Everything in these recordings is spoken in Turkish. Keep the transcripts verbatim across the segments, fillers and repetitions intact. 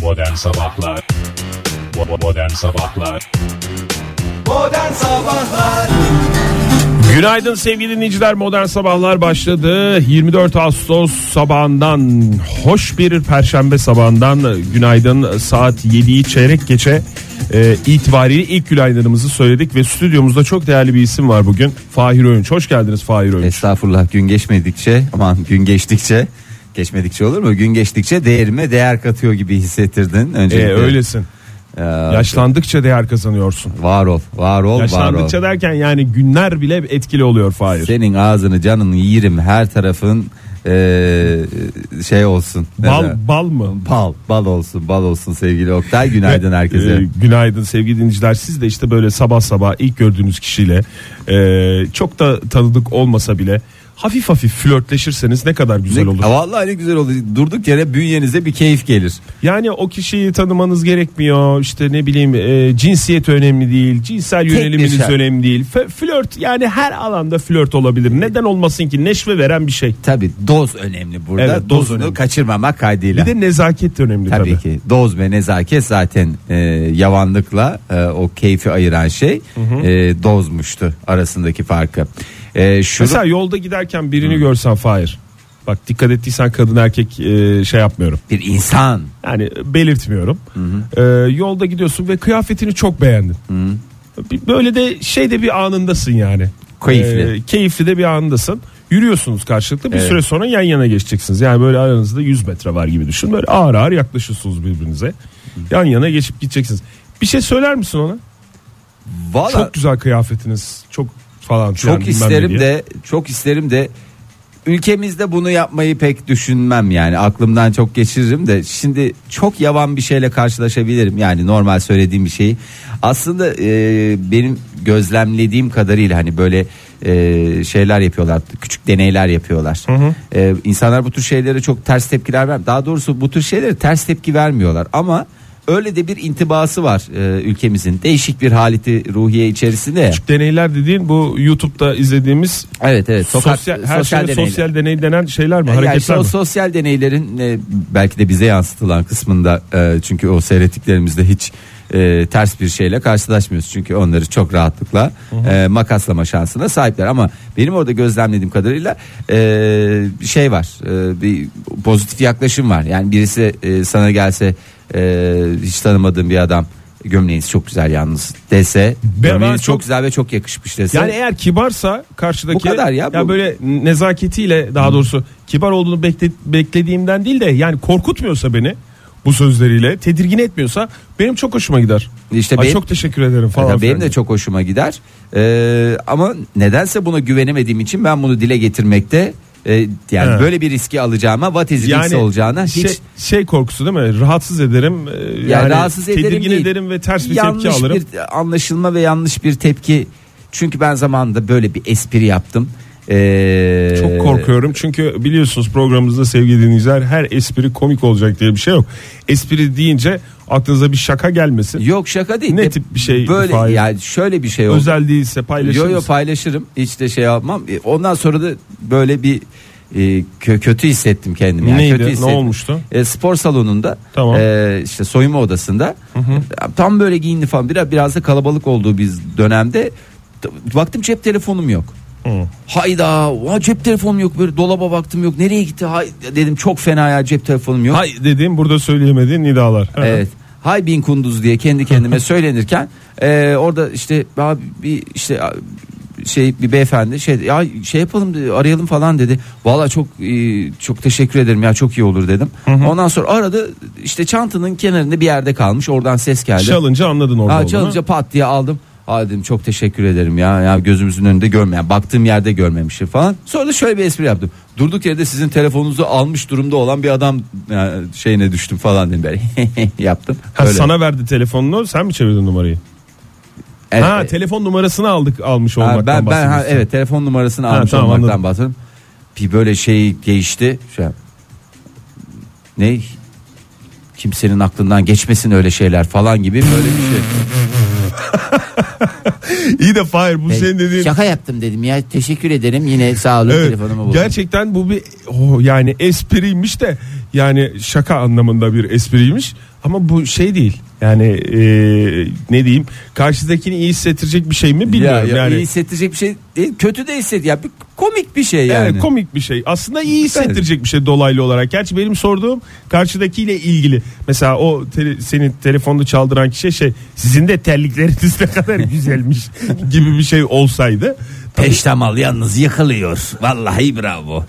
Modern Sabahlar Modern Sabahlar Modern Sabahlar Günaydın sevgili dinleyiciler, Modern Sabahlar başladı. yirmi dört Ağustos sabahından, hoş bir perşembe sabahından günaydın. Saat yediyi çeyrek geçe e, itibariyle ilk günaydınımızı söyledik ve stüdyomuzda çok değerli bir isim var bugün. Fahir Öğünç, hoş geldiniz Fahir Öğünç. Estağfurullah, gün geçmedikçe, aman gün geçtikçe, geçmedikçe olur mu? Gün geçtikçe değerime değer katıyor gibi hissettirdin. Öncelikle. E, öylesin. Ee, Yaşlandıkça değer kazanıyorsun. Var ol, var ol, Yaşlandıkça var ol. derken yani günler bile etkili oluyor Fahir. Senin ağzını canını yiyirim, her tarafın ee, şey olsun. Bal bal mı? Bal, bal olsun, bal olsun sevgili Oktay. Günaydın ve, herkese. E, günaydın sevgili dinleyiciler. Siz de işte böyle sabah sabah ilk gördüğünüz kişiyle e, çok da tanıdık olmasa bile hafif hafif flörtleşirseniz ne kadar güzel olur. Ne, vallahi ne güzel olur. Durduk yere bünyenize bir keyif gelir. Yani o kişiyi tanımanız gerekmiyor. İşte ne bileyim e, cinsiyet önemli değil. Cinsel yöneliminiz önemli değil. F- flört yani her alanda flört olabilir. Neden olmasın ki? Neşve veren bir şey. Tabii doz önemli burada. Evet, doz Dozunu önemli. Kaçırmamak kaydıyla. Bir de nezaket önemli tabii. Tabii ki. Doz ve nezaket zaten e, yavanlıkla e, o keyfi ayıran şey hı hı. E, dozmuştu arasındaki farkı. E, şunu... Mesela yolda giderken birini hmm. görsen Fahir, bak dikkat ettiysen kadın erkek e, şey yapmıyorum. Bir insan. Yani belirtmiyorum. E, yolda gidiyorsun ve kıyafetini çok beğendin. Hı. Böyle de şeyde bir anındasın yani. Keyifli. E, keyifli de bir anındasın. Yürüyorsunuz karşılıklı, bir evet. süre sonra yan yana geçeceksiniz. Yani böyle aranızda yüz metre var gibi düşün. Böyle ağır ağır yaklaşıyorsunuz birbirinize. Hı. Yan yana geçip gideceksiniz. Bir şey söyler misin ona? Vallahi... Çok güzel kıyafetiniz. Çok falan. Çok isterim de çok isterim de ülkemizde bunu yapmayı pek düşünmem, yani aklımdan çok geçiririm de şimdi çok yavan bir şeyle karşılaşabilirim, yani normal söylediğim bir şeyi aslında e, benim gözlemlediğim kadarıyla hani böyle e, şeyler yapıyorlar, küçük deneyler yapıyorlar. Hı hı. E, insanlar bu tür şeylere çok ters tepkiler vermiyor, daha doğrusu bu tür şeylere ters tepki vermiyorlar ama öyle de bir intibası var e, ülkemizin değişik bir haleti ruhiye içerisinde. Küçük deneyler dediğin bu YouTube'da izlediğimiz. Evet evet. Sokak, sosyal, her sosyal, deneyler. Sosyal deney denen şeyler mi? Yani hareketler işte mi? O sosyal deneylerin e, belki de bize yansıtılan kısmında e, çünkü o seyrettiklerimizde hiç e, ters bir şeyle karşılaşmıyoruz. Çünkü onları çok rahatlıkla e, makaslama şansına sahipler. Ama benim orada gözlemlediğim kadarıyla e, bir şey var. E, bir pozitif yaklaşım var. Yani birisi e, sana gelse Ee, hiç tanımadığım bir adam, gömleğiniz çok güzel yalnız dese, gömleğiniz çok, çok güzel ve çok yakışmış dese. Yani eğer kibarsa karşıdaki, bu kadar ya, ya bu... böyle nezaketiyle, daha doğrusu kibar olduğunu bekle, beklediğimden değil de yani korkutmuyorsa beni bu sözleriyle, tedirgin etmiyorsa benim çok hoşuma gider. İşte Ay benim, çok teşekkür ederim falan. Benim de çok hoşuma gider. Ee, ama nedense buna güvenemediğim için ben bunu dile getirmekte Ee, yani He. böyle bir riski alacağıma, what is yani olacağına hiç şey, şey korkusu değil mi? Rahatsız ederim. Yani, yani rahatsız ederim, tedirgin değil. ederim ve ters bir yanlış tepki alırım. Yanlış bir anlaşılma ve yanlış bir tepki. Çünkü ben zamanında böyle bir espri yaptım. Ee... Çok korkuyorum çünkü biliyorsunuz programımızda sevgili dinleyiciler, her espri komik olacak diye bir şey yok. Espri deyince aklınıza bir şaka gelmesin. Yok, şaka değil. Ne tip bir şey? Böyle faiz. Yani şöyle bir şey oldu. Özel değilse paylaşır Yok mısın? yok, paylaşırım. Hiç de şey yapmam. Ondan sonra da böyle bir e, kötü hissettim kendimi. Yani neydi? Kötü hissettim. Ne olmuştu? E, spor salonunda. Tamam. E, işte soyunma odasında. Hı hı. Tam böyle giyindi falan. Biraz biraz da kalabalık olduğu bir dönemde baktım cep telefonum yok. Hı. Hayda, cep telefonum yok, böyle dolaba baktım yok, nereye gitti, hay dedim, çok fena ya, cep telefonum yok. Hay dediğim burada söyleyemediğin nidalar. Evet. Hay bin kunduz diye kendi kendime söylenirken e, orada işte abi bir işte şey bir beyefendi şey ya şey yapalım dedi, arayalım falan dedi. Vallahi çok e, çok teşekkür ederim ya, çok iyi olur dedim. Hı hı. Ondan sonra aradı, işte çantanın kenarında bir yerde kalmış, oradan ses geldi. Çalınca anladın orada olduğunu. Çalınca pat diye aldım. Aa dedim, çok teşekkür ederim ya. Ya gözümüzün önünde görmeyen, baktığım yerde görmemişim falan. Sonra da şöyle bir espri yaptım. Durduk yerde sizin telefonunuzu almış durumda olan bir adam yani şeyine düştüm falan dedim böyle. Yaptım. Ha, sana verdi telefonunu, sen mi çevirdin numarayı? Evet. Ha, telefon numarasını aldık almış olmaktan ha, ben, ben ha, evet telefon numarasını ha, almış tamam, olmaktan bahsediyorum. Bir böyle şey geçti. Şey, ne? Kimsenin aklından geçmesin öyle şeyler falan gibi böyle bir şey. İyi de Fahir, bu hey, senin dediğin. Şaka yaptım dedim ya, teşekkür ederim, yine sağ olun, evet, telefonumu buldum. Gerçekten bu bir oh, yani espriymiş de Yani şaka anlamında bir espriymiş. Ama bu şey değil. Yani e, ne diyeyim? Karşıdakini iyi hissettirecek bir şey mi bilmiyorum. Ya, ya yani iyi hissettirecek bir şey değil. Kötü de hisset. Ya bir komik bir şey yani. Evet, komik bir şey. Aslında iyi hissettirecek evet. bir şey dolaylı olarak. Gerçi benim sorduğum karşıdakiyle ilgili. Mesela o te- senin telefonunu çaldıran kişi şey, sizin de terlikleriniz ne kadar güzelmiş gibi bir şey olsaydı. Peştemal yalnız yıkılıyor. Vallahi bravo.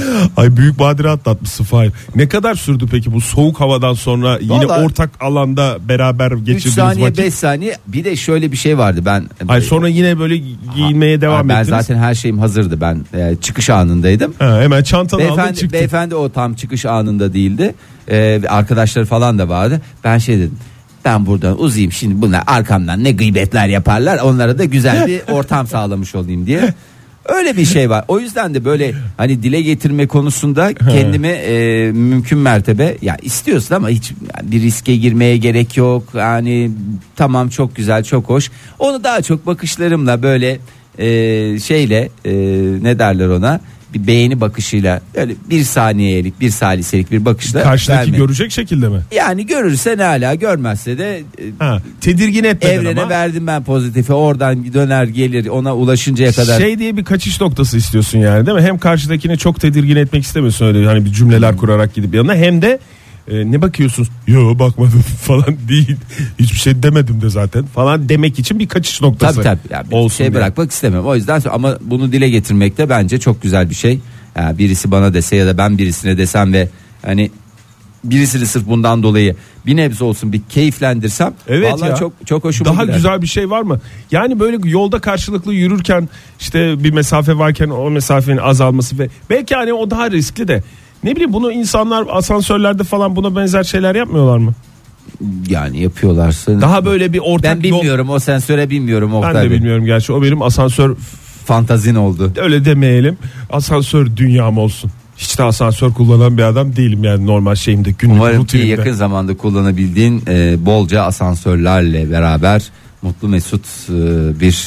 Ay büyük badire atlatmışsın Fahir. Ne kadar sürdü peki bu soğuk havadan sonra yine Vallahi, ortak alanda beraber geçirdiğiniz üç saniye vakit? beş saniye. Bir de şöyle bir şey vardı ben. Ay sonra yine böyle giyinmeye devam ben ettiniz. Ben zaten her şeyim hazırdı. Ben e, çıkış anındaydım. Ha, hemen çantanı aldın Beyefendi, çıktın. beyefendi o tam çıkış anında değildi. Ee, arkadaşları falan da vardı. Ben şey dedim. Ben buradan uzayayım şimdi, bunlar arkamdan ne gıybetler yaparlar, onlara da güzel bir ortam sağlamış olayım diye. Öyle bir şey var. O yüzden de böyle hani dile getirme konusunda kendimi e, mümkün mertebe ya istiyorsun ama hiç yani bir riske girmeye gerek yok. Yani tamam, çok güzel, çok hoş. Onu daha çok bakışlarımla böyle e, şeyle e, ne derler ona, bir beğeni bakışıyla, öyle bir saniyelik, bir saliselik bir bakışla karşıdaki vermek. görecek şekilde mi? Yani görürse ne ala, görmezse de e, Ha, tedirgin etmeden evrene ama. verdim ben pozitifi, oradan döner gelir, ona ulaşıncaya kadar. Şey diye bir kaçış noktası istiyorsun yani, değil mi? Hem karşıdakini çok tedirgin etmek istemiyorsun öyle hani bir cümleler kurarak gidip yanına, hem de e, ne bakıyorsunuz? Yo bakmadım falan değil. Hiçbir şey demedim de zaten falan demek için bir kaçış noktası. Tabii tabii. Yani bir olsun şey diye. bırakmak istemem. O yüzden, ama bunu dile getirmek de bence çok güzel bir şey. Yani birisi bana dese ya da ben birisine desem ve hani birisini sırf bundan dolayı bir nebze olsun bir keyiflendirsem, evet vallahi ya. çok çok hoşuma Daha gider. güzel bir şey var mı? Yani böyle yolda karşılıklı yürürken işte bir mesafe varken o mesafenin azalması ve belki hani o daha riskli de, ne bileyim, bunu insanlar asansörlerde falan buna benzer şeyler yapmıyorlar mı? Yani yapıyorlarsa. Daha böyle bir ortak ben bilmiyorum yol... o sensöre bilmiyorum. Ben de bilmiyorum gerçi, o benim asansör fantazin oldu. Öyle demeyelim, asansör dünyam olsun. Hiç de asansör kullanan bir adam değilim yani normal şeyimde, günlük Umarım rutinimde. ki yakın zamanda kullanabildiğin e, bolca asansörlerle beraber mutlu mesut e, bir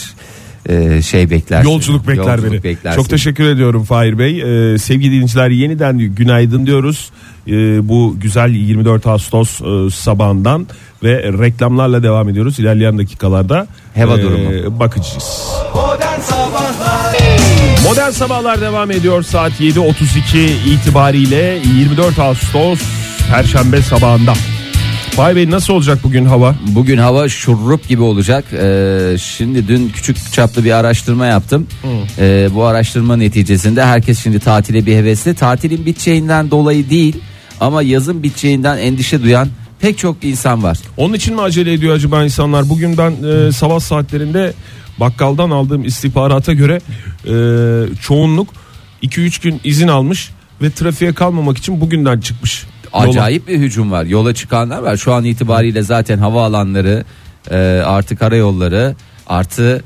e, şey bekler. Yolculuk bekler Yolculuk beni. beklersin. Çok teşekkür ediyorum Fahir Bey. Ee, sevgili dinleyiciler, yeniden günaydın diyoruz. Ee, bu güzel yirmi dört Ağustos e, sabahından ve reklamlarla devam ediyoruz. İlerleyen dakikalarda hava e, durumu bakacağız. Modern Sabahlar. Modern Sabahlar devam ediyor. Saat yedi otuz iki itibariyle yirmi dört Ağustos Perşembe sabahında. Fahir Bey, nasıl olacak bugün hava? Bugün hava şurup gibi olacak. Ee, şimdi dün küçük çaplı bir araştırma yaptım. Ee, bu araştırma neticesinde herkes şimdi tatile bir hevesli. Tatilin biteceğinden dolayı değil ama yazın biteceğinden endişe duyan pek çok insan var. Onun için mi acele ediyor acaba insanlar? Bugün ben e, sabah saatlerinde bakkaldan aldığım istihbarata göre e, çoğunluk iki üç gün izin almış ve trafiğe kalmamak için bugünden çıkmış. Acayip bir hücum var. Yola çıkanlar var. Şu an itibariyle zaten havaalanları, e, artı karayolları, artı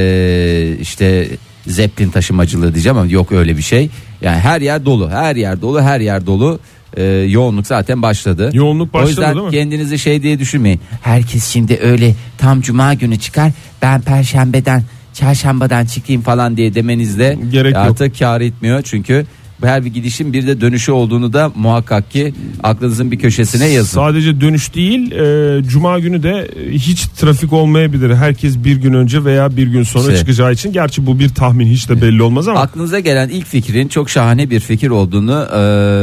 e, işte Zeppelin taşımacılığı diyeceğim ama yok öyle bir şey. Yani her yer dolu, her yer dolu, her yer dolu. E, yoğunluk zaten başladı. Yoğunluk başladı, o yüzden değil mi? kendinizi şey diye düşünmeyin. Herkes şimdi öyle tam cuma günü çıkar, ben perşembeden, çarşambadan çıkayım falan diye demenizde gerek artık yok. kâr etmiyor. Çünkü her bir gidişin bir de dönüşü olduğunu da muhakkak ki aklınızın bir köşesine yazın. Sadece dönüş değil, e, cuma günü de hiç trafik olmayabilir. Herkes bir gün önce veya bir gün sonra İşte. çıkacağı için, gerçi bu bir tahmin, hiç de belli olmaz ama. Aklınıza gelen ilk fikrin çok şahane bir fikir olduğunu e,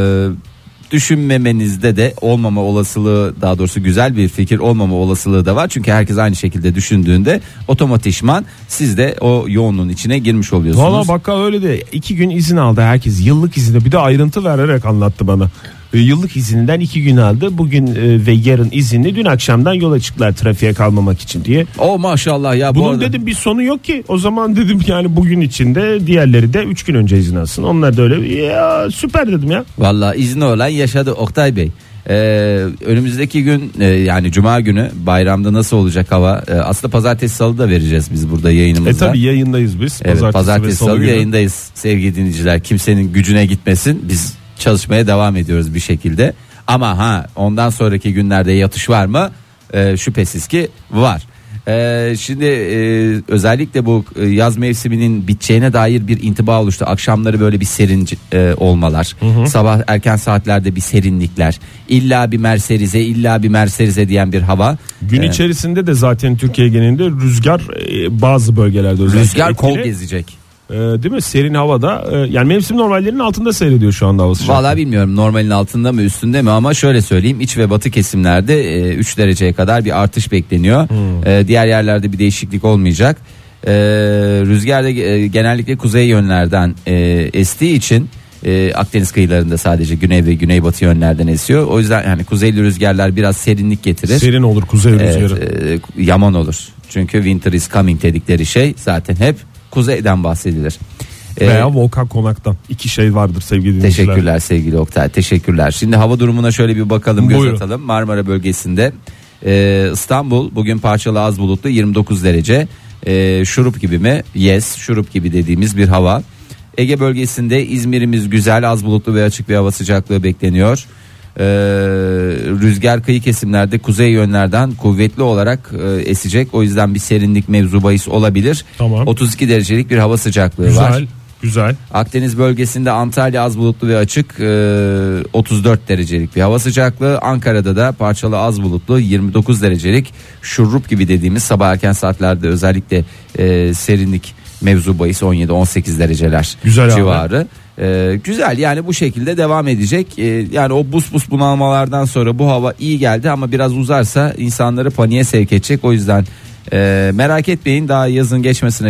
düşünmemenizde de olmama olasılığı, daha doğrusu güzel bir fikir olmama olasılığı da var. Çünkü herkes aynı şekilde düşündüğünde otomatikman siz de o yoğunluğun içine girmiş oluyorsunuz. Valla bakkal öyle de iki gün izin aldı herkes, yıllık izinde, bir de ayrıntı vererek anlattı bana. E, yıllık izinden iki gün aldı, bugün e, ve yarın izinli, dün akşamdan yola çıktılar trafiğe kalmamak için diye. O maşallah ya. Bunun bu arada... dedim bir sonu yok ki, o zaman dedim yani bugün içinde, diğerleri de üç gün önce izin alsın, onlar da öyle, ya süper dedim ya. Valla izni olan yaşadı Oktay Bey. Ee, önümüzdeki gün e, yani cuma günü bayramda nasıl olacak hava? Ee, aslında pazartesi salı da vereceğiz biz burada yayınımızda. E tabi yayındayız biz. Evet, Pazartesi, pazartesi salı, salı yayındayız sevgili dinleyiciler. Kimsenin gücüne gitmesin. Biz çalışmaya devam ediyoruz bir şekilde. Ama ha ondan sonraki günlerde yatış var mı? Ee, şüphesiz ki var. Ee, şimdi e, özellikle bu e, yaz mevsiminin biteceğine dair bir intiba oluştu. Akşamları böyle bir serin e, olmalar. Hı hı. Sabah erken saatlerde bir serinlikler. İlla bir merserize, illa bir merserize diyen bir hava. Gün ee, içerisinde de zaten Türkiye genelinde rüzgar e, bazı bölgelerde özellikle rüzgar etkili. Kol gezecek. Ee, değil mi? Serin havada e, yani mevsim normallerinin altında seyrediyor şu anda hava sıcaklığı. Vallahi bilmiyorum normalin altında mı üstünde mi ama şöyle söyleyeyim, iç ve batı kesimlerde e, üç dereceye kadar bir artış bekleniyor. Hmm. E, diğer yerlerde bir değişiklik olmayacak. E, rüzgar da e, genellikle kuzey yönlerden e, estiği için e, Akdeniz kıyılarında sadece güney ve güneybatı yönlerden esiyor. O yüzden yani kuzeyli rüzgarlar biraz serinlik getirir. Serin olur kuzey rüzgarı. E, e, yaman olur. Çünkü winter is coming dedikleri şey zaten hep kuzeyden bahsedilir. Veya ee, Volkan Konak'tan. İki şey vardır sevgili dinleyiciler. Teşekkürler sevgili Oktay. Teşekkürler. Şimdi hava durumuna şöyle bir bakalım, göz Buyurun. atalım. Marmara bölgesinde e, İstanbul bugün parçalı az bulutlu yirmi dokuz derece. E, şurup gibi mi? Yes, şurup gibi dediğimiz bir hava. Ege bölgesinde İzmir'imiz güzel, az bulutlu ve açık bir hava sıcaklığı bekleniyor. Ee, rüzgar kıyı kesimlerde kuzey yönlerden kuvvetli olarak e, esecek. O yüzden bir serinlik mevzu bahis olabilir. Tamam. otuz iki derecelik bir hava sıcaklığı güzel, var. Güzel, güzel. Akdeniz bölgesinde Antalya az bulutlu ve açık, e, otuz dört derecelik bir hava sıcaklığı. Ankara'da da parçalı az bulutlu yirmi dokuz derecelik şurup gibi dediğimiz sabah erken saatlerde özellikle e, serinlik mevzu bahis on yedi on sekiz dereceler güzel civarı. Abi. Ee, güzel yani bu şekilde devam edecek. Ee, yani o bus bus bunalmalardan sonra bu hava iyi geldi ama biraz uzarsa insanları paniğe sevk edecek. O yüzden e, merak etmeyin, daha yazın geçmesine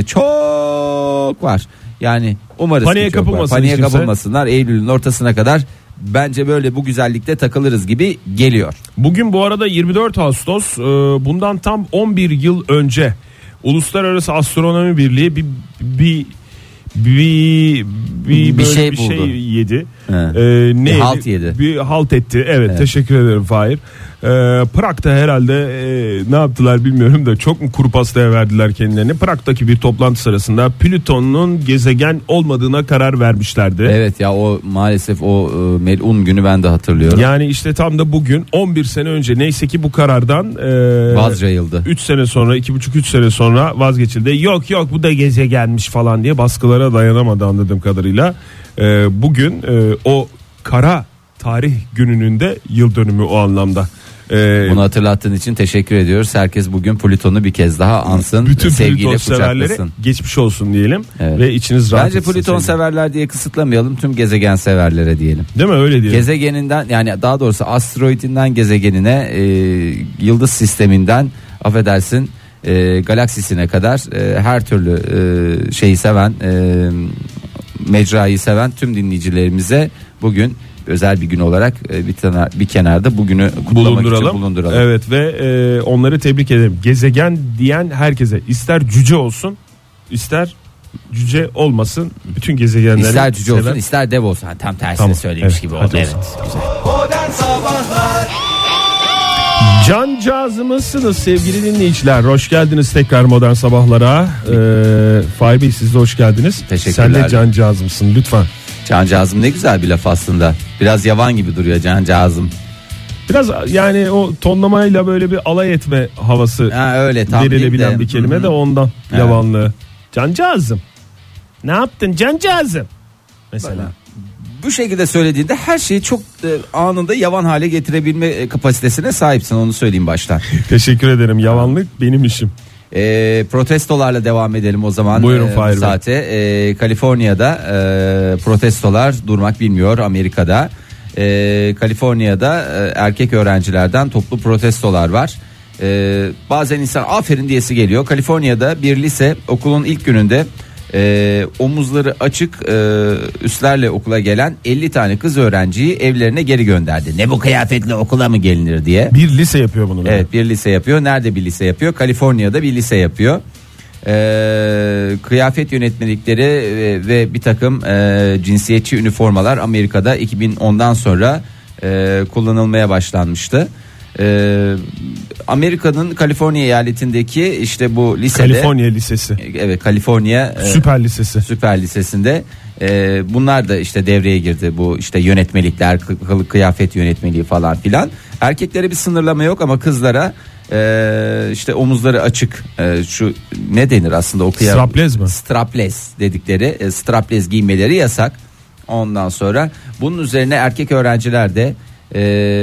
çok var. Yani umarız paniğe ki çok var. Paniğe kapılmasınlar. Eylül'ün ortasına kadar bence böyle bu güzellikte takılırız gibi geliyor. Bugün bu arada yirmi dört Ağustos, bundan tam on bir yıl önce Uluslararası Astronomi Birliği bir bir bir bir, bir şey bir buldu. şey yedi. Ee, ne bir yedi? halt yedi. Bir halt etti. Evet, evet. Teşekkür ederim Fahir. Ee, Prag'da herhalde e, ne yaptılar bilmiyorum da çok mu kuru pastaya verdiler kendilerini. Prag'daki bir toplantı sırasında Plüton'un gezegen olmadığına karar vermişlerdi. Evet ya, o maalesef o e, melun günü ben de hatırlıyorum. Yani işte tam da bugün on bir sene önce neyse ki bu karardan e, vazgeçildi. üç sene sonra iki buçuk üç sene sonra vazgeçildi. Yok yok bu da gezegenmiş falan diye baskılara dayanamadı anladığım kadarıyla. E, bugün e, o kara tarih gününün de yıl dönümü o anlamda. Ee, Bunu hatırlattığın için teşekkür ediyoruz. Herkes bugün Plüton'u bir kez daha ansın. Bütün sevgiyle Plüton severlere geçmiş olsun diyelim. Evet. Ve içiniz rahat etsin. Bence Plüton severler diye kısıtlamayalım. Tüm gezegen severlere diyelim. Değil mi, öyle diyelim. Gezegeninden, yani daha doğrusu asteroidinden gezegenine, e, yıldız sisteminden affedersin e, galaksisine kadar e, her türlü e, şeyi seven, e, mecrayı seven tüm dinleyicilerimize bugün özel bir gün olarak bir tane bir kenarda bugünü kutlamak bulunduralım. için bulunduralım. Evet ve e, onları tebrik ederim. Gezegen diyen herkese, ister cüce olsun, ister cüce olmasın, bütün gezegenleri ister cüce seven... olsun, ister dev olsun. Yani tam tersini tamam, söylemiş evet, gibi oldu. Evet, güzel. Modern Sabahlar. Cancağızımızsınız sevgili dinleyiciler. Hoş geldiniz tekrar Modern Sabahlara. Ee, Fahir Bey, siz de hoş geldiniz. Teşekkürler. Sen de cancağızımsın lütfen. Cancağızım ne güzel bir laf aslında. Biraz yavan gibi duruyor cancağızım. Biraz yani o tonlamayla böyle bir alay etme havası ha, öyle, tam verilebilen de. bir kelime Hı-hı. de ondan evet. Yavanlığı. Cancağızım. Ne yaptın cancağızım? Mesela. Bana. Bu şekilde söylediğinde her şeyi çok e, anında yavan hale getirebilme kapasitesine sahipsin, onu söyleyeyim baştan. Teşekkür ederim, yavanlık benim işim. E, protestolarla devam edelim o zaman. Buyurun e, Fahir saate. E, Kaliforniya'da e, protestolar durmak bilmiyor Amerika'da. E, Kaliforniya'da e, erkek öğrencilerden toplu protestolar var. E, bazen insan aferin diyesi geliyor. Kaliforniya'da bir lise okulun ilk gününde e, omuzları açık e, üstlerle okula gelen elli tane kız öğrenciyi evlerine geri gönderdi. Ne bu kıyafetle okula mı gelinir diye. Bir lise yapıyor bunu. Evet, bir lise yapıyor. Nerede bir lise yapıyor? Kaliforniya'da bir lise yapıyor. Ee, kıyafet yönetmelikleri ve, ve bir takım e, cinsiyetçi üniformalar Amerika'da iki bin ondan sonra e, kullanılmaya başlanmıştı. Ee, Amerika'nın Kaliforniya eyaletindeki işte bu lisede, Kaliforniya Lisesi. Evet, Kaliforniya Süper Lisesi. Süper Lisesi'nde e, bunlar da işte devreye girdi, bu işte yönetmelikler, kılık kıyafet yönetmeliği falan filan. Erkeklere bir sınırlama yok ama kızlara e, işte omuzları açık, e, şu ne denir aslında o kıyafet? Strapless mi? Strapless dedikleri, e, strapless giymeleri yasak. Ondan sonra bunun üzerine erkek öğrenciler de e,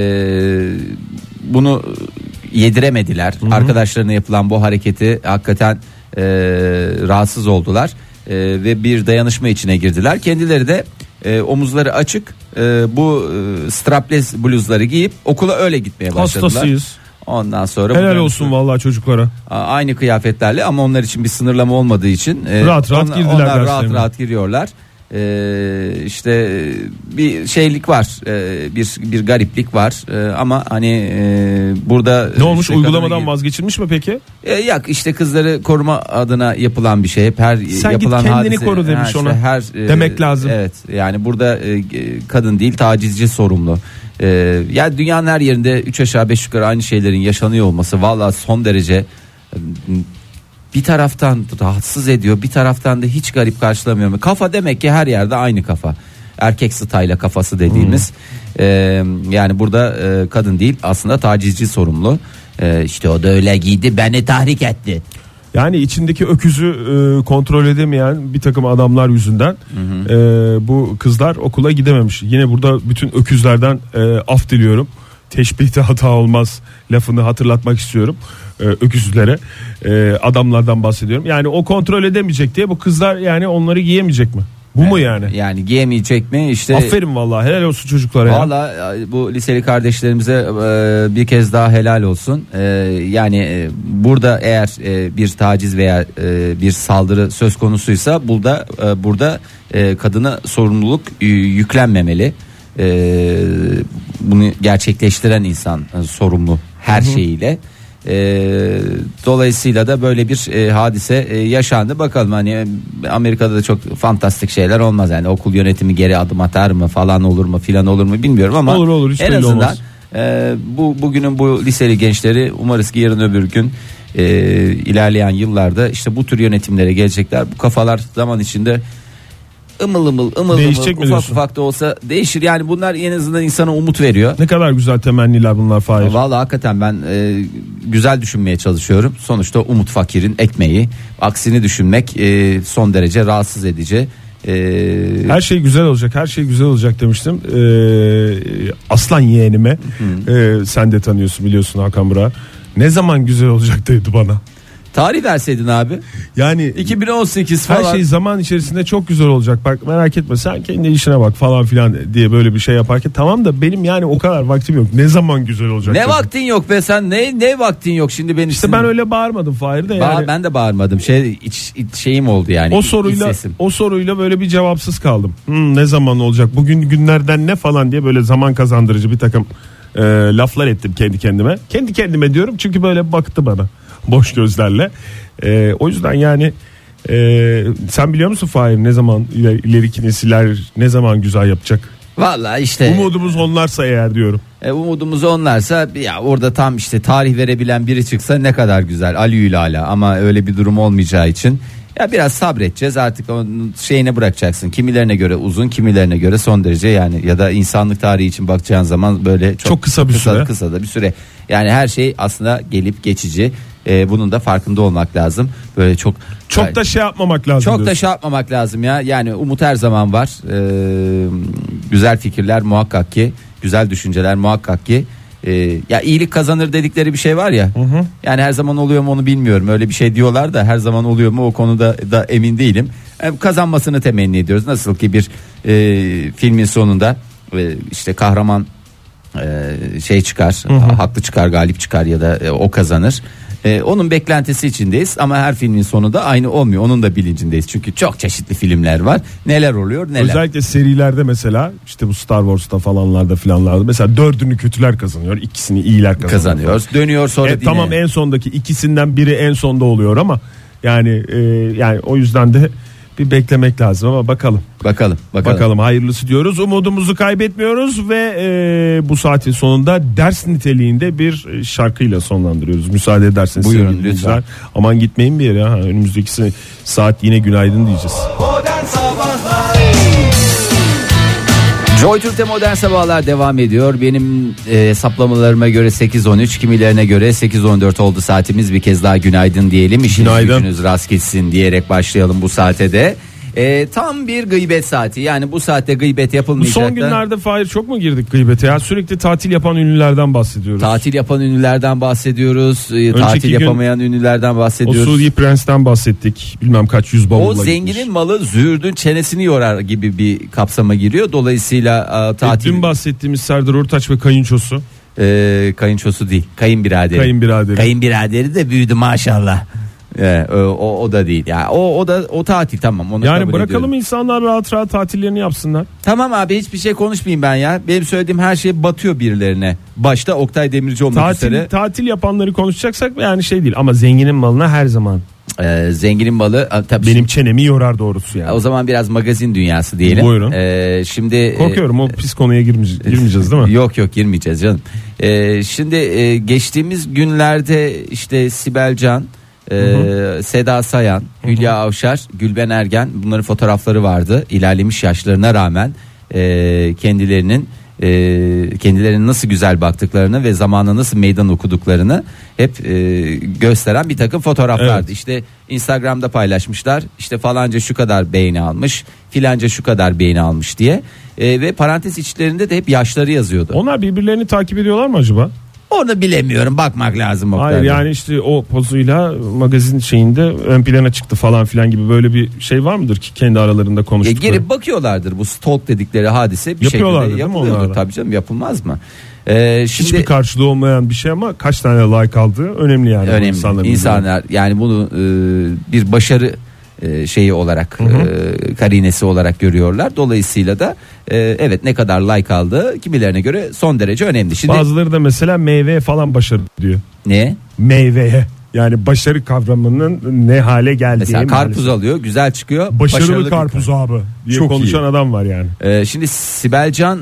bunu yediremediler. Hı hı. Arkadaşlarına yapılan bu hareketi hakikaten e, rahatsız oldular e, ve bir dayanışma içine girdiler. Kendileri de e, omuzları açık e, bu e, strapless bluzları giyip okula öyle gitmeye başladılar. Hastasıyız. Ondan sonra helal olsun vallahi çocuklara. Aynı kıyafetlerle ama onlar için bir sınırlama olmadığı için e, rahat rahat on, girdiler. Onlar rahat rahat giriyorlar. Ee, işte bir şeylik var, ee, bir bir gariplik var, ee, ama hani e, burada ne olmuş, işte uygulamadan kadına... vazgeçilmiş mi peki? Ee, yok işte kızları koruma adına yapılan bir şey. Hep her sen yapılan git kendini hadise, koru demiş her, ona. Her, demek e, lazım. Evet, yani burada e, kadın değil tacizci sorumlu. Ee, yani dünyanın her yerinde üç aşağı beş yukarı aynı şeylerin yaşanıyor olması vallahi son derece bir taraftan rahatsız ediyor, bir taraftan da hiç garip karşılamıyorum. Kafa demek ki her yerde aynı kafa. Erkek style'a kafası dediğimiz. Hmm. Ee, yani burada e, kadın değil aslında tacizci sorumlu. Ee, işte o da öyle giydi, beni tahrik etti. Yani içindeki öküzü e, kontrol edemeyen bir takım adamlar yüzünden hı hı. E, bu kızlar okula gidememiş. Yine burada bütün öküzlerden e, af diliyorum. Teşbihte hata olmaz lafını hatırlatmak istiyorum ee, öküzlere, ee, adamlardan bahsediyorum. Yani o kontrol edemeyecek diye bu kızlar yani onları giyemeyecek mi? Bu yani, mu yani? Yani giyemeyecek mi? İşte. Aferin vallahi, helal olsun çocuklara ya. Vallahi bu liseli kardeşlerimize e, bir kez daha helal olsun. E, yani e, burada eğer e, bir taciz veya e, bir saldırı söz konusuysa burada e, burada e, kadına sorumluluk e, yüklenmemeli. E, bunu gerçekleştiren insan e, sorumlu her Hı-hı. şeyiyle. E, dolayısıyla da böyle bir e, hadise e, yaşandı. Bakalım hani Amerika'da da çok fantastik şeyler olmaz yani okul yönetimi geri adım atar mı falan olur mu filan olur mu bilmiyorum ama olur, olur, hiç en azından e, bu bugünün bu liseli gençleri umarız ki yarın öbür gün e, ilerleyen yıllarda işte bu tür yönetimlere gelecekler. Bu kafalar zaman içinde ımıl ımıl ımıl değişecek ımıl ufak ufak da olsa değişir. Yani bunlar en azından insana umut veriyor. Ne kadar güzel temenniler bunlar Fahir. Vallahi hakikaten ben e, güzel düşünmeye çalışıyorum. Sonuçta umut fakirin ekmeği. Aksini düşünmek e, son derece rahatsız edici. E, her şey güzel olacak, her şey güzel olacak demiştim. Ee, aslan yeğenime e, sen de tanıyorsun biliyorsun Hakan Burak. Ne zaman güzel olacak dedi bana. Tarih verseydin abi. Yani iki bin on sekiz falan. Her şey zaman içerisinde çok güzel olacak. Bak merak etme sen kendi işine bak falan filan diye böyle bir şey yaparken tamam da benim yani o kadar vaktim yok. Ne zaman güzel olacak? Ne dedim. vaktin yok be sen ne ne vaktin yok şimdi ben işte ben öyle bağırmadım Fahir de yani. Bağır, ben de bağırmadım. Şey iç, iç şeyim oldu yani. O soruyla o soruyla böyle bir cevapsız kaldım. Hmm, ne zaman olacak? Bugün günlerden ne falan diye böyle zaman kazandırıcı bir takım e, laflar ettim kendi kendime. Kendi kendime diyorum çünkü böyle baktı bana. Boş gözlerle. Ee, o yüzden yani e, sen biliyor musun Fahir ne zaman iler, ileriki nesiller ne zaman güzel yapacak? Vallahi işte. Umudumuz onlarsa eğer diyorum. E, umudumuz onlarsa ya orada tam işte tarih verebilen biri çıksa ne kadar güzel. Aliyül ala ama öyle bir durum olmayacağı için ya biraz sabredeceğiz artık onun şeyine bırakacaksın. Kimilerine göre uzun, kimilerine göre son derece yani ya da insanlık tarihi için bakacağın zaman böyle çok, çok kısa bir kısa, süre. Kısa da bir süre. Yani her şey aslında gelip geçici. Ee, bunun da farkında olmak lazım. Böyle çok çok yani, da şey yapmamak lazım. Çok diyorsun. da şey yapmamak lazım ya. Yani umut her zaman var. Ee, güzel fikirler muhakkak ki, güzel düşünceler muhakkak ki. Ee, ya iyilik kazanır dedikleri bir şey var ya. Hı hı. Yani her zaman oluyor mu onu bilmiyorum. Öyle bir şey diyorlar da her zaman oluyor mu o konuda da emin değilim. Yani kazanmasını temenni ediyoruz. Nasıl ki bir e, filmin sonunda e, işte kahraman e, şey çıkar, hı hı. haklı çıkar, galip çıkar ya da e, o kazanır. Ee, onun beklentisi içindeyiz ama her filmin sonu da aynı olmuyor. Onun da bilincindeyiz. Çünkü çok çeşitli filmler var. Neler oluyor neler. Özellikle serilerde mesela işte bu Star Wars'ta falanlarda filanlarda mesela dördünü kötüler kazanıyor. İkisini iyiler kazanıyor. Kazanıyor. Dönüyor sonra e, tamam en sondaki ikisinden biri en sonda oluyor ama yani e, yani o yüzden de bir beklemek lazım ama bakalım. Bakalım. Bakalım, bakalım hayırlısı diyoruz. Umudumuzu kaybetmiyoruz ve e, bu saatin sonunda ders niteliğinde bir şarkıyla sonlandırıyoruz. Müsaade ederseniz. Buyurun lütfen. Aman gitmeyin bir yere. Ha. Önümüzdeki saat yine günaydın diyeceğiz. Joy Türk'te Modern Sabahlar devam ediyor. Benim e, hesaplamalarıma göre sekiz on üç, kimilerine göre sekiz on dört oldu saatimiz. Bir kez daha günaydın diyelim. İşiniz Günaydın. gücünüz rast gitsin diyerek başlayalım bu saate de. E, tam bir gıybet saati. Yani bu saatte gıybet Bu yapılmayacak. son günlerde Fahir çok mu girdik gıybete ya? Sürekli tatil yapan ünlülerden bahsediyoruz. Tatil yapan ünlülerden bahsediyoruz. E, Önceki tatil gün yapamayan ünlülerden O bahsediyoruz. Suudi Prens'ten bahsettik. Bilmem kaç yüz bavulla O gitmiş. zenginin malı züğürdün çenesini yorar gibi bir kapsama giriyor. Dolayısıyla e, E, tatil... Dün bahsettiğimiz Serdar Ortaç ve kayınçosu. E, kayınçosu değil, kayınbiraderi. Kayınbiraderi. Kayınbiraderi de büyüdü maşallah. E, o, o, o da değil. Yani o o da o tatil tamam. Onu Yani kabul bırakalım ediyorum. insanlar rahat rahat tatillerini yapsınlar. Tamam abi hiçbir şey konuşmayayım ben ya. Benim söylediğim her şey batıyor birilerine. Başta Oktay Demirci olmak Tatil üzere. tatil yapanları konuşacaksak yani şey değil ama zenginin malına her zaman. E, zenginin malı a, tabii Benim şimdi- çenemi yorar doğrusu yani. o zaman biraz magazin dünyası diyelim. Buyurun. E, şimdi e, Korkuyorum o pis konuya girmeyeceğiz, girmeyeceğiz değil mi? Yok yok girmeyeceğiz canım. Ee, şimdi e, geçtiğimiz günlerde işte Sibel Can, e, Seda Sayan, Hülya Avşar, Gülben Ergen bunların fotoğrafları vardı. İlerlemiş yaşlarına rağmen e, kendilerinin e, kendilerinin nasıl güzel baktıklarını ve zamana nasıl meydan okuduklarını hep e, gösteren bir takım fotoğraflardı. Evet. İşte Instagram'da paylaşmışlar. İşte falanca şu kadar beğeni almış, filanca şu kadar beğeni almış diye. E, ve parantez içlerinde de hep yaşları yazıyordu. Onlar birbirlerini takip ediyorlar mı acaba? Onu bilemiyorum, bakmak lazım. Hayır Oktay. yani işte o pozuyla magazin şeyinde ön plana çıktı falan filan gibi böyle bir şey var mıdır ki kendi aralarında E, konuştukları? girip bakıyorlardır, bu stalk dedikleri hadise bir Yapıyorlardı şekilde değil mi yapılıyordur. onlarla? Tabii canım, yapılmaz mı? E, şimdi Hiçbir karşılığı olmayan bir şey ama kaç tane like aldığı önemli yani. bu önemli. insanların İnsanlar yani bunu e, bir başarı e, şeyi olarak e, karinesi olarak görüyorlar. Dolayısıyla da e, evet ne kadar like aldığı kimilerine göre son derece önemli. Şimdi Bazıları da mesela meyve falan başarı diyor. ne? Meyveye yani başarı kavramının ne hale geldiği. Mesela karpuz maalesef. alıyor, güzel çıkıyor. Başarılı, başarılı bir karpuz abi diye Çok konuşan iyi. adam var yani. Ee, şimdi Sibel Can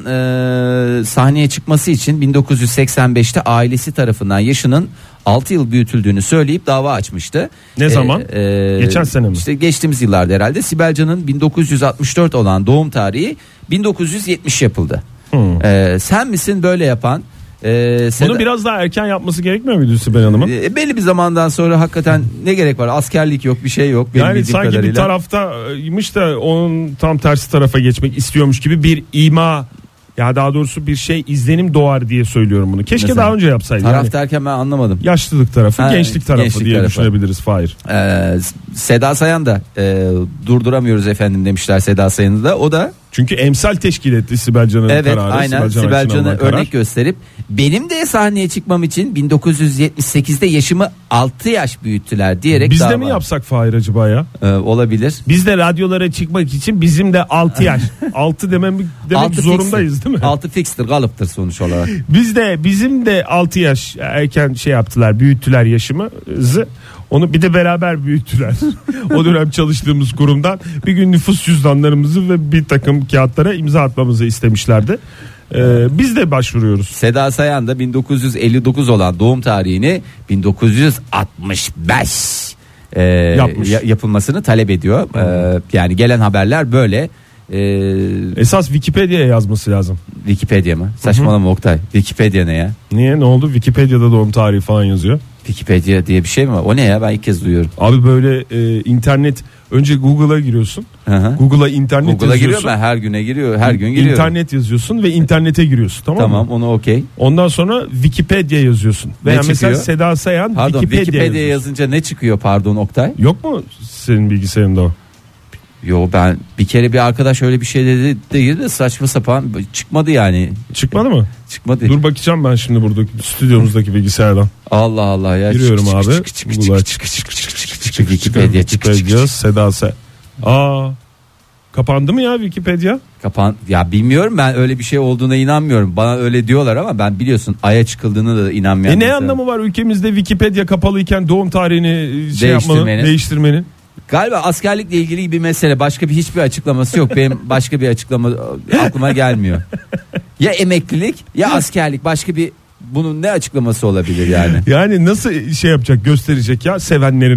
e, sahneye çıkması için bin dokuz yüz seksen beşte ailesi tarafından yaşının altı yıl büyütüldüğünü söyleyip dava açmıştı. Ne zaman? Geçen sene mi? İşte geçtiğimiz yıllarda herhalde. Sibel Can'ın bin dokuz yüz altmış dört olan doğum tarihi bin dokuz yüz yetmiş yapıldı. Hmm. Ee, sen misin böyle yapan? Ee, Seda- Bunu biraz daha erken yapması gerekmiyor muydu Sibel Hanım'ın? E, belli bir zamandan sonra hakikaten ne gerek var? Askerlik yok, bir şey yok. Benim Yani bildiğim sanki bir kadarıyla. taraftaymış da onun tam tersi tarafa geçmek istiyormuş gibi bir ima, ya daha doğrusu bir şey izlenim doğar diye söylüyorum bunu. Keşke Mesela, daha önce yapsaydı. Taraf Yani derken ben anlamadım. yaşlılık tarafı, Ha, gençlik tarafı gençlik diye tarafı. düşünebiliriz Fahir. Ee, Seda Sayan da e, durduramıyoruz efendim demişler Seda Sayan'ı da. O da Çünkü emsal teşkil etti Sibel Can'ın evet kararı. aynen Can Sibel Akçı'nın Can'ı alınan karar. örnek gösterip benim de sahneye çıkmam için bin dokuz yüz yetmiş sekizde yaşımı altı yaş büyüttüler diyerek Biz de dava- mi yapsak Fahir acaba ya? Ee, olabilir. Biz de radyolara çıkmak için bizim de altı yaş. altı demem demek Altı zorundayız fixtir. değil mi? Altı fixtir, kalıptır sonuç olarak. Biz de bizim de altı yaş erken şey yaptılar, büyüttüler yaşımızı. Onu bir de beraber büyüttüler. O dönem çalıştığımız kurumdan bir gün nüfus cüzdanlarımızı ve bir takım kağıtlara imza atmamızı istemişlerdi. Ee, biz de başvuruyoruz. Seda Sayan da bin dokuz yüz elli dokuz olan doğum tarihini bin dokuz yüz altmış beş e, Yapmış. ya- yapılmasını talep ediyor. Ee, yani gelen haberler böyle. Ee, Esas Wikipedia'ya yazması lazım. Wikipedia mı? Saçmalama Oktay. Wikipedia ne ya? Niye, ne oldu? Wikipedia'da doğum tarihi falan yazıyor. Wikipedia diye bir şey mi var? O ne ya? Ben ilk kez duyuyorum. Abi böyle e, internet, önce Google'a giriyorsun. Hı hı. Google'a internet Google'a giriyorum yazıyorsun. ben, her güne giriyor, her gün giriyorum. İnternet yazıyorsun ve internete giriyorsun, tamam, Tamam, mı? onu okey. Ondan sonra Wikipedia yazıyorsun. Ne Veya mesela çıkıyor? Seda Sayan Pardon, Wikipedia, Wikipedia, yazıyorsun. yazınca ne çıkıyor pardon Oktay? Yok mu senin bilgisayarında o? Yo, ben bir kere bir arkadaş öyle bir şey dedi değil de saçma sapan çıkmadı yani. Çıkmadı mı? Çıkmadı. Dur bakacağım ben şimdi buradaki stüdyomuzdaki bilgisayardan. Allah Allah ya. Giriyorum Çık, abi. çık, çık, çık, Google'a çık, çık çık, çık, çık, çık, çık, çık, Wikipedia, çık, çık, çık, Wikipedia çık. Seda Sayan. Aa, kapandı mı ya Wikipedia? Kapan ya, bilmiyorum, ben öyle bir şey olduğuna inanmıyorum. Bana öyle diyorlar ama ben biliyorsun Ay'a çıkıldığını da inanmayan. E ne mesela. anlamı var ülkemizde Wikipedia kapalıyken doğum tarihini şey yapmanın, Değiştirmenin. değiştirmenin? Galiba askerlikle ilgili bir mesele, başka bir hiçbir açıklaması yok. Benim başka bir açıklama aklıma gelmiyor. Ya emeklilik ya askerlik, başka bir bunun ne açıklaması olabilir yani? Yani nasıl şey yapacak, gösterecek ya sevenlerine?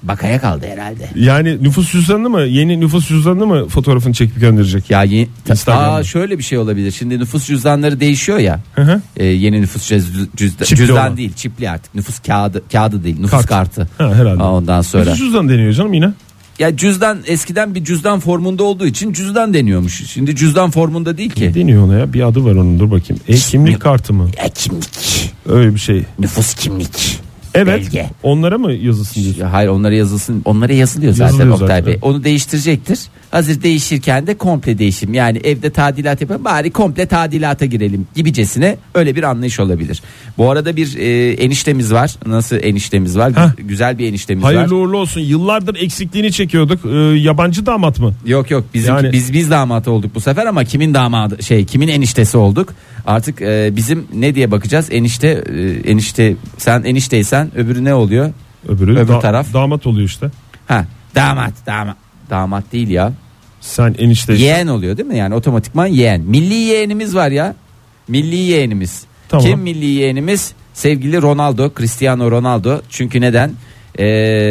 Bakaya kaldı herhalde. Yani nüfus cüzdanını mı, yeni nüfus cüzdanını mı fotoğrafını çekip gönderecek? Ya ye- Instagram'da. Aa, şöyle bir şey olabilir. Şimdi nüfus cüzdanları değişiyor ya. Hı hı. Ee, yeni nüfus cüz- cüzdan, Çipli cüzdan olan. değil, çipli artık. Nüfus kağıdı kağıdı değil, nüfus Kart. kartı. Ha, herhalde. Aa, ondan sonra. Nüfus cüzdanı deniyor canım yine. Ya cüzdan eskiden bir cüzdan formunda olduğu için cüzdan deniyormuş. Şimdi cüzdan formunda değil ki. Deniyor ona ya, bir adı var onun, dur bakayım. E kimlik kartı mı? Ya kimlik. Öyle bir şey. Nüfus kimlik. Evet. Belge. Onlara mı yazılsın diyorsun? Ya hayır, onlara yazılsın. Onlara yazılıyor zaten Yazılıyor Oktay zaten, Bey. evet. Onu değiştirecektir. Hazır değişirken de komple değişim. Yani evde tadilat yapalım, bari komple tadilata girelim gibicesine, öyle bir anlayış olabilir. Bu arada bir e, eniştemiz var. Nasıl eniştemiz var? Heh. Güzel bir eniştemiz var. Hayırlı uğurlu olsun. Yıllardır eksikliğini çekiyorduk. Ee, yabancı damat mı? Yok yok, bizim Yani- biz biz damat olduk bu sefer, ama kimin damadı şey kimin eniştesi olduk. Artık e, bizim ne diye bakacağız? Enişte e, enişte sen enişteysen öbürü ne oluyor? Öbürü Öbür da- taraf. damat oluyor işte. Ha, damat damat. Damat değil ya. Sen enişte. Yeğen oluyor değil mi? Yani otomatikman yeğen. Milli yeğenimiz var ya. Milli yeğenimiz. Tamam. Kim milli yeğenimiz? Sevgili Ronaldo, Cristiano Ronaldo. Çünkü neden? Ee,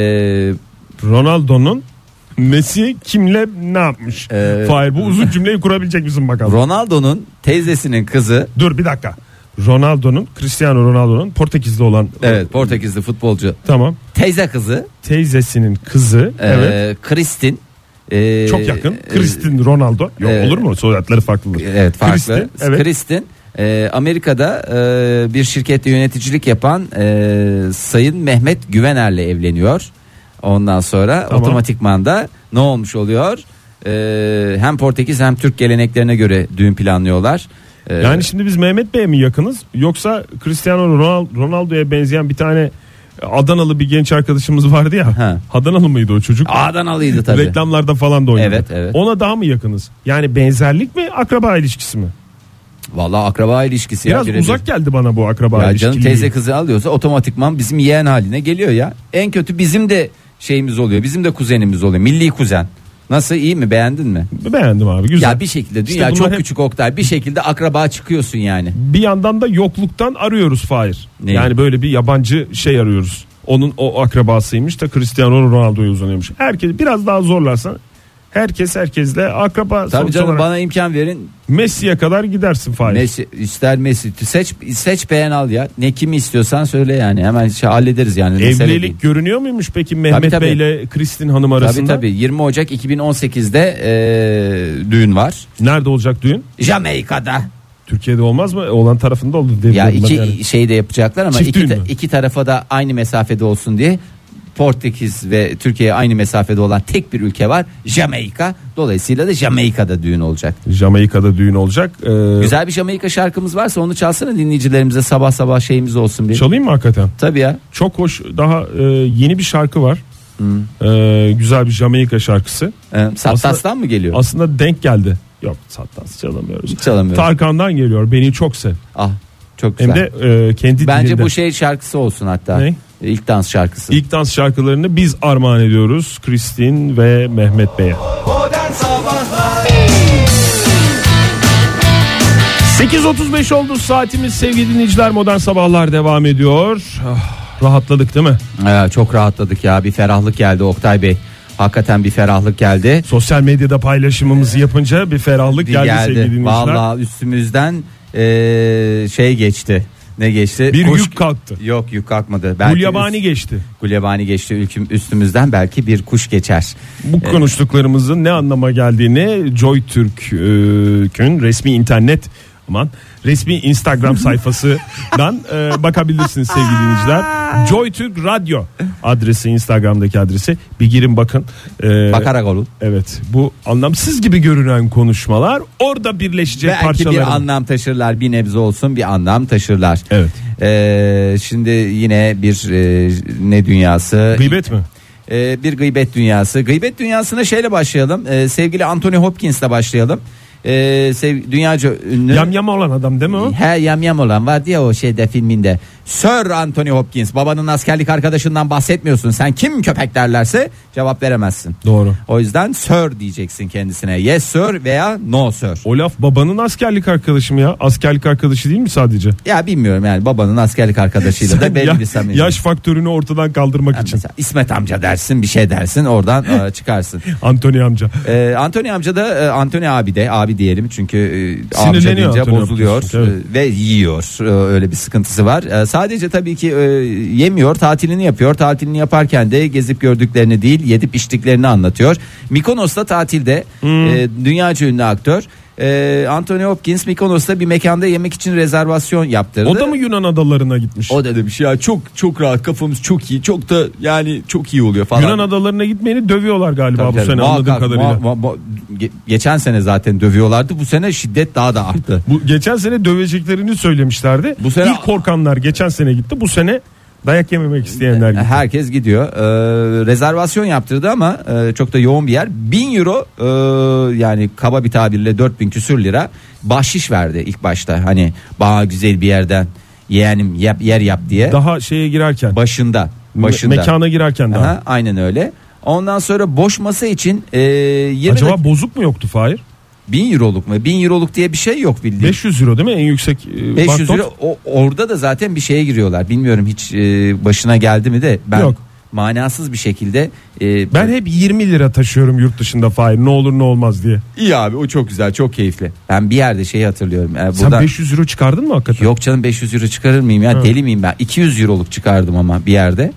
Ronaldo'nun Messi kimle ne yapmış? Ee, Fahir, bu uzun cümleyi kurabilecek misin bakalım? Ronaldo'nun teyzesinin kızı. Dur bir dakika. Ronaldo'nun, Cristiano Ronaldo'nun Portekizli olan. Evet, Portekizli futbolcu. Tamam. Teyze kızı. Teyzesinin kızı. Ee, Evet. Kristin. Ee, Çok yakın. e, Kristin Ronaldo. Yok e, olur mu? Soyadları farklıdır. Evet, farklı. Kristin, evet. Kristin e, Amerika'da e, bir şirkette yöneticilik yapan e, Sayın Mehmet Güvener'le evleniyor. Ondan sonra Tamam. otomatikman da ne olmuş oluyor? E, hem Portekiz hem Türk geleneklerine göre düğün planlıyorlar. E, Yani şimdi biz Mehmet Bey'e mi yakınız, yoksa Cristiano Ronal- Ronaldo'ya benzeyen bir tane Adanalı bir genç arkadaşımız vardı ya. Ha. Adanalı mıydı o çocuk? Adanalıydı tabii. Reklamlarda falan da oynadı. Evet, evet. Ona daha mı yakınız? Yani benzerlik mi, akraba ilişkisi mi? Vallahi akraba ilişkisi. Biraz ya, uzak geldi bana bu akraba Ya ilişkiliği. canım, teyze kızı alıyorsa otomatikman bizim yeğen haline geliyor ya. En kötü bizim de şeyimiz oluyor. Bizim de kuzenimiz oluyor. Milli kuzen. Nasıl, iyi mi, beğendin mi? Beğendim abi, güzel. Ya bir şekilde dünya İşte bunlar çok hep- küçük Oktay. Bir şekilde akraba çıkıyorsun yani. Bir yandan da yokluktan arıyoruz Fahir. Neyi? Yani böyle bir yabancı şey arıyoruz. Onun o akrabasıymış da Cristiano Ronaldo'ya uzanıyormuş. Herkes biraz daha zorlarsan herkes herkesle akraba. Tabii sonuç canım, olarak bana imkan verin. Messi'ye kadar gidersin Fahir. Messi, ister Messi, seç seç beğen al ya. Ne kimi istiyorsan söyle yani. Hemen şey hallederiz yani. Mesele değil. Evlilik görünüyor muymuş peki Mehmet tabii. Bey ile Kristin Hanım Tabii arasında? tabii. yirmi Ocak iki bin on sekizde e, düğün var. Nerede olacak düğün? Jamaika'da. Türkiye'de olmaz mı? Olan tarafında oldu diye Ya biliyorum ben iki yani. şey de yapacaklar ama Çift iki, düğün ta- mü? iki tarafa da aynı mesafede olsun diye. Portekiz ve Türkiye'ye aynı mesafede olan tek bir ülke var, Jamaika. Dolayısıyla da Jamaika'da düğün olacak. Jamaika'da düğün olacak. Ee, Güzel bir Jamaika şarkımız varsa onu çalsana dinleyicilerimize, sabah sabah şeyimiz olsun bir. Çalayım mı hakikaten? Tabii ya. Çok hoş, daha e, yeni bir şarkı var. Ee, güzel bir Jamaika şarkısı. Ee, Sattas'tan mı geliyor? Aslında denk geldi. Yok, Sattas çalamıyoruz. Çalamıyoruz. Tarkan'dan geliyor. Beni çok sev. Ah, çok Hem güzel. de e, kendi Bence dilinde. bu şey şarkısı olsun hatta. Ne? İlk dans şarkısı. İlk dans şarkılarını biz armağan ediyoruz Kristin ve Mehmet Bey'e. Modern Sabahlar sekiz otuz beş oldu saatimiz sevgili dinleyiciler, Modern Sabahlar devam ediyor. Ah, rahatladık değil mi? Ee, çok rahatladık ya, bir ferahlık geldi Oktay Bey. Hakikaten bir ferahlık geldi. Sosyal medyada paylaşımımızı yapınca bir ferahlık Bir geldi, geldi. sevgili dinleyiciler. Vallahi üstümüzden ee, şey geçti. Ne geçti? Bir Kuş- yük kalktı. Yok, yük kalkmadı. Belki Gulyabani üst- geçti. Gulyabani geçti ülküm, üstümüzden belki bir kuş geçer. Bu konuştuklarımızın ne anlama geldiğini Joy Türk'ün resmi internet aman resmi Instagram sayfasından e, bakabilirsiniz sevgili dinleyiciler. Joy Türk Radyo adresi, Instagram'daki adresi. Bir girin bakın. E, Bakarak olun. Evet, bu anlamsız gibi görünen konuşmalar orada birleşecek Belki parçalar. bir anlam taşırlar, bir nebze olsun bir anlam taşırlar. Evet. Ee, şimdi yine bir e, ne dünyası? Gıybet mi? Ee, bir gıybet dünyası. Gıybet dünyasına şeyle başlayalım. Ee, sevgili Anthony Hopkins'le başlayalım. Ee, sev, dünyaca ünlü. Yam yam olan adam değil mi o? He, yam yam olan vardı ya o şeyde filminde. Sir Anthony Hopkins, babanın askerlik arkadaşından bahsetmiyorsun. Sen kim köpek derlerse cevap veremezsin. Doğru. O yüzden Sir diyeceksin kendisine. Yes sir veya no sir. O laf babanın askerlik arkadaşı mı ya? Askerlik arkadaşı değil mi sadece? Ya bilmiyorum yani, babanın askerlik arkadaşıyla da belli ya, bir samimiyet. yaş faktörünü ortadan kaldırmak Yani için. mesela İsmet amca dersin, bir şey dersin, oradan e, çıkarsın. Anthony amca. Ee, Anthony amca da e, Anthony abi de abi diyelim çünkü e, amca Sinirleniyor deyince Anthony bozuluyor Hopkins, evet. e, ve yiyor. E, öyle bir sıkıntısı var. E, sadece tabii ki e, yemiyor, tatilini yapıyor. Tatilini yaparken de gezip gördüklerini değil, yedip içtiklerini anlatıyor. Mykonos'ta tatilde Hmm. e, dünyaca ünlü aktör e, Anthony Hopkins Mykonos'ta bir mekanda yemek için rezervasyon yaptırdı. O da mı Yunan adalarına gitmiş? O da demiş ya, çok çok rahat, kafamız çok iyi, çok da yani çok iyi oluyor falan. Yunan adalarına gitmeyeni dövüyorlar galiba Tabii bu tabii. sene Muhakkak, anladığım kadarıyla. muha- muha- ge- geçen sene zaten dövüyorlardı, bu sene şiddet daha da arttı. Bu geçen sene döveceklerini söylemişlerdi. Bu sene- İlk korkanlar geçen sene gitti. Bu sene dayak yememek isteyenler gitti. Herkes gidiyor. Ee, rezervasyon yaptırdı ama e, çok da yoğun bir yer. bin euro e, yani kaba bir tabirle dört bin küsür lira bahşiş verdi ilk başta. Hani bana güzel bir yerden yeğenim yap, yer yap diye. Daha şeye girerken. Başında. me- Başında. Mekana girerken daha. Aha, aynen öyle. Ondan sonra boş masa için e, yirmi Acaba dak- bozuk mu yoktu Fahir? bin euroluk mu? bin euroluk diye bir şey yok bildiğin. beş yüz euro değil mi en yüksek e, beş yüz banknot? euro o, orada da zaten bir şeye giriyorlar. Bilmiyorum hiç e, başına geldi mi de ben Yok. manasız bir şekilde e, Ben hep yirmi lira taşıyorum yurt dışında Fahir, ne olur ne olmaz diye. iyi abi, o çok güzel, çok keyifli. Ben bir yerde şeyi hatırlıyorum. Yani Sen buradan, beş yüz euro çıkardın mı hakikaten? yok canım, beş yüz euro çıkarır mıyım ya? Ha. Deli miyim ben? iki yüz euroluk çıkardım ama bir yerde.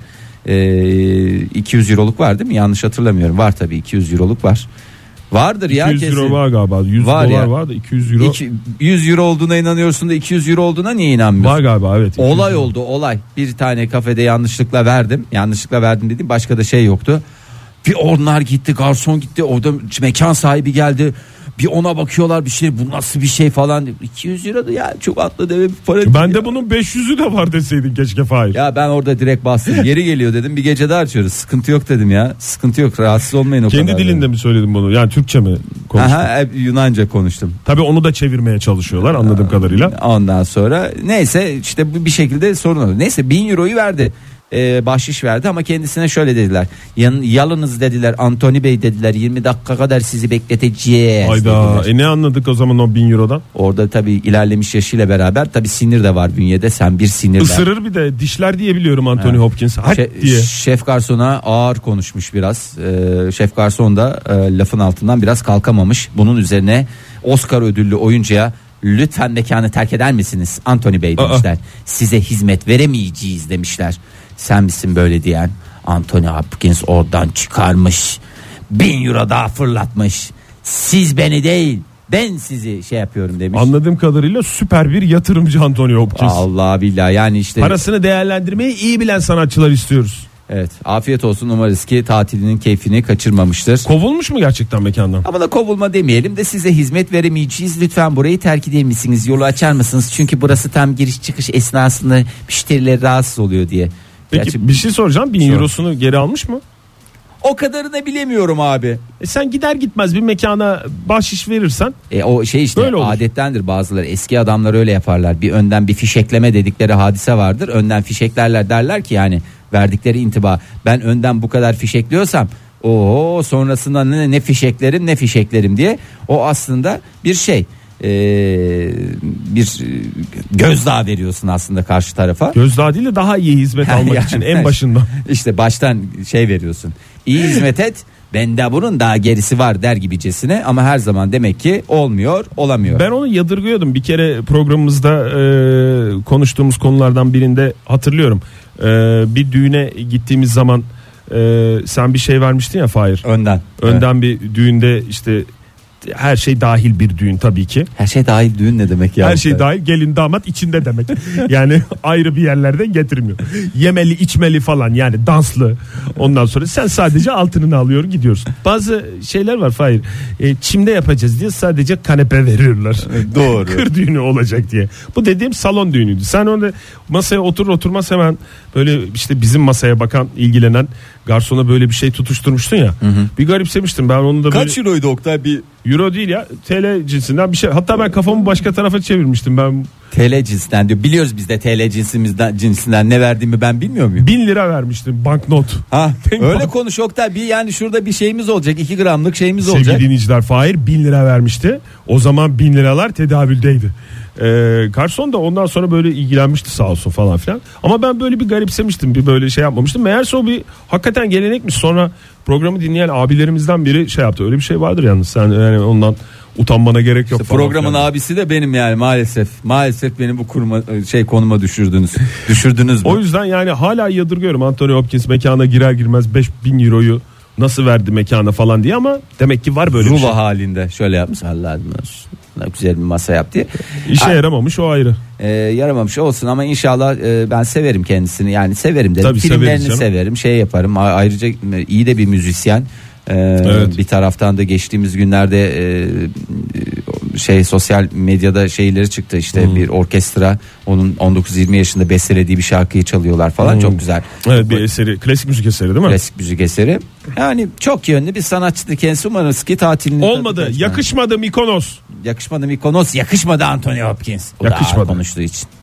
E, iki yüz euroluk var değil mi? Yanlış hatırlamıyorum. Var tabii, iki yüz euroluk var. Vardır ya iki yüz kesin. euro var galiba. yüz Var dolar ya. var da iki yüz euro İki- yüz euro olduğuna inanıyorsun da iki yüz euro olduğuna niye inanmıyorsun? var galiba, evet. iki yüz Olay euro. oldu, olay. Bir tane kafede yanlışlıkla verdim. Yanlışlıkla verdim dedim. Başka da şey yoktu. Bir onlar gitti, garson gitti. Orada mekan sahibi geldi. Bir ona bakıyorlar, bir şey, bu nasıl bir şey falan. iki yüz euro da ya, çok atlı deve bir para. değil Ben de ya. bunun beş yüzü de var deseydin keşke Fahir. Ya ben orada direkt bastım. Yeri geliyor dedim. Bir gece daha açıyoruz. Sıkıntı yok dedim ya. Sıkıntı yok. Rahatsız olmayın o Kendi kadar. dilinde dedim. mi söyledin bunu? Yani Türkçe mi konuştun? Aha, hep Yunanca konuştum. Tabii onu da çevirmeye çalışıyorlar anladığım kadarıyla. Ondan sonra neyse işte bu bir şekilde sorun oldu. Neyse bin euroyu verdi. Ee, bahşiş verdi ama kendisine şöyle dediler. Yan, yalınız dediler, Anthony Bey dediler, yirmi dakika kadar sizi bekleteceğiz Hayda. dediler. E ne anladık o zaman o bin eurodan? Orada tabii ilerlemiş yaşıyla beraber tabii sinir de var bünyede, sen bir sinirler. Isırır bir de dişler diye biliyorum Anthony Hopkins. Hadi Şe- diye. Şef garsona ağır konuşmuş biraz. Ee, şef garson da e, lafın altından biraz kalkamamış. Bunun üzerine Oscar ödüllü oyuncuya lütfen mekanı terk eder misiniz Anthony Bey demişler. Aa. Size hizmet veremeyeceğiz demişler. Sen misin böyle diyen? Anthony Hopkins oradan çıkarmış. Bin euro daha fırlatmış. Siz beni değil, ben sizi şey yapıyorum demiş. Anladığım kadarıyla süper bir yatırımcı Anthony Hopkins. Allah billah yani işte. Parasını değerlendirmeyi iyi bilen sanatçılar istiyoruz. Evet, afiyet olsun, umarız ki tatilinin keyfini kaçırmamıştır. Kovulmuş mu gerçekten mekandan? Ama da kovulma demeyelim de size hizmet veremeyeceğiz. Lütfen burayı terk eder misiniz? Yolu açar mısınız? Çünkü burası tam giriş çıkış esnasında müşteriler rahatsız oluyor diye. Peki Gerçi bir şey soracağım. Bin Sor. eurosunu geri almış mı? o kadarını bilemiyorum abi. E sen gider gitmez bir mekana bahşiş verirsen. E o şey işte Böyle olur. adettendir, bazıları eski adamlar öyle yaparlar. Bir önden bir fişekleme dedikleri hadise vardır. Önden fişeklerler, derler ki yani verdikleri intiba, ben önden bu kadar fişekliyorsam o sonrasında ne, ne fişeklerim ne fişeklerim diye. O aslında bir şey. Ee, bir e, gözdağı veriyorsun aslında karşı tarafa. Gözdağı değil de daha iyi hizmet almak için en başından. İşte baştan şey veriyorsun. İyi hizmet et. Bende bunun daha gerisi var der gibicesine, ama her zaman demek ki olmuyor, olamıyor. Ben onu yadırgıyordum. Bir kere programımızda e, konuştuğumuz konulardan birinde hatırlıyorum. E, bir düğüne gittiğimiz zaman e, sen bir şey vermiştin ya Fahir. Önden. Önden bir düğünde işte her şey dahil bir düğün tabii ki. Her şey dahil düğün ne demek ya? Her şey dahil, gelin damat içinde demek. Yani ayrı bir yerlerden getirmiyor. Yemeli içmeli falan, yani danslı. Ondan sonra sen sadece altınını alıyor gidiyorsun. Bazı şeyler var Fahir. E, çimde yapacağız diye sadece kanepe veriyorlar. Doğru. Kır düğünü olacak diye. Bu dediğim salon düğünüydü. Sen orada masaya oturur oturmaz hemen böyle işte bizim masaya bakan, ilgilenen garsona böyle bir şey tutuşturmuştun ya. Hı hı. Bir garipsemiştim ben onu da böyle. Kaç euroydu Oktay, bir Euro değil ya, T L cinsinden bir şey. Hatta ben kafamı başka tarafa çevirmiştim ben. T L cinsinden diyor. Biliyoruz biz de T L cinsimizden cinsinden ne verdiğimi ben bilmiyor muyum? Bin lira vermiştim banknot. Ha, Denk öyle bank. konuş Oktay. Bir yani şurada bir şeyimiz olacak. iki gramlık şeyimiz olacak. Sevgili dinleyiciler, Fahir bin lira vermişti. O zaman bin liralar tedavüldeydi. Ee, garson da ondan sonra böyle ilgilenmişti sağ olsun falan filan. Ama ben böyle bir garipsemiştim. Bir böyle şey yapmamıştım. Meğerse o bir hakikaten gelenekmiş. Sonra programı dinleyen abilerimizden biri şey yaptı. Öyle bir şey vardır yalnız. Sen yani ondan utanmana gerek yok. İşte programın falan. Abisi de benim yani maalesef. Maalesef beni bu kuruma şey konuma düşürdünüz. Düşürdünüz mü? O yüzden yani hala yadırgıyorum. Anthony Hopkins mekana girer girmez beş bin euroyu nasıl verdi mekana falan diye, ama demek ki var böyle Ruva bir şey. halinde şöyle yapmış. Allah'ım güzel bir masa yaptı. İşe A- yaramamış, o ayrı. E, yaramamış olsun ama inşallah e, ben severim kendisini. Yani severim de. Tabii Filmlerini severim. Şey yaparım. A- Ayrıca iyi de bir müzisyen. Ee, Evet. Bir taraftan da geçtiğimiz günlerde e, şey sosyal medyada şeyleri çıktı işte hmm. bir orkestra onun on dokuz yirmi yaşında bestelediği bir şarkıyı çalıyorlar falan hmm. çok güzel. Evet, bir eseri, klasik müzik eseri değil mi? Klasik müzik eseri. Yani çok yönlü bir sanatçıdır kendisi, umarız ki tatilini olmadı, yakışmadı Mikonos. Yakışmadı Mikonos, yakışmadı Anthony Hopkins. O yakışmadı. da konuştuğu için.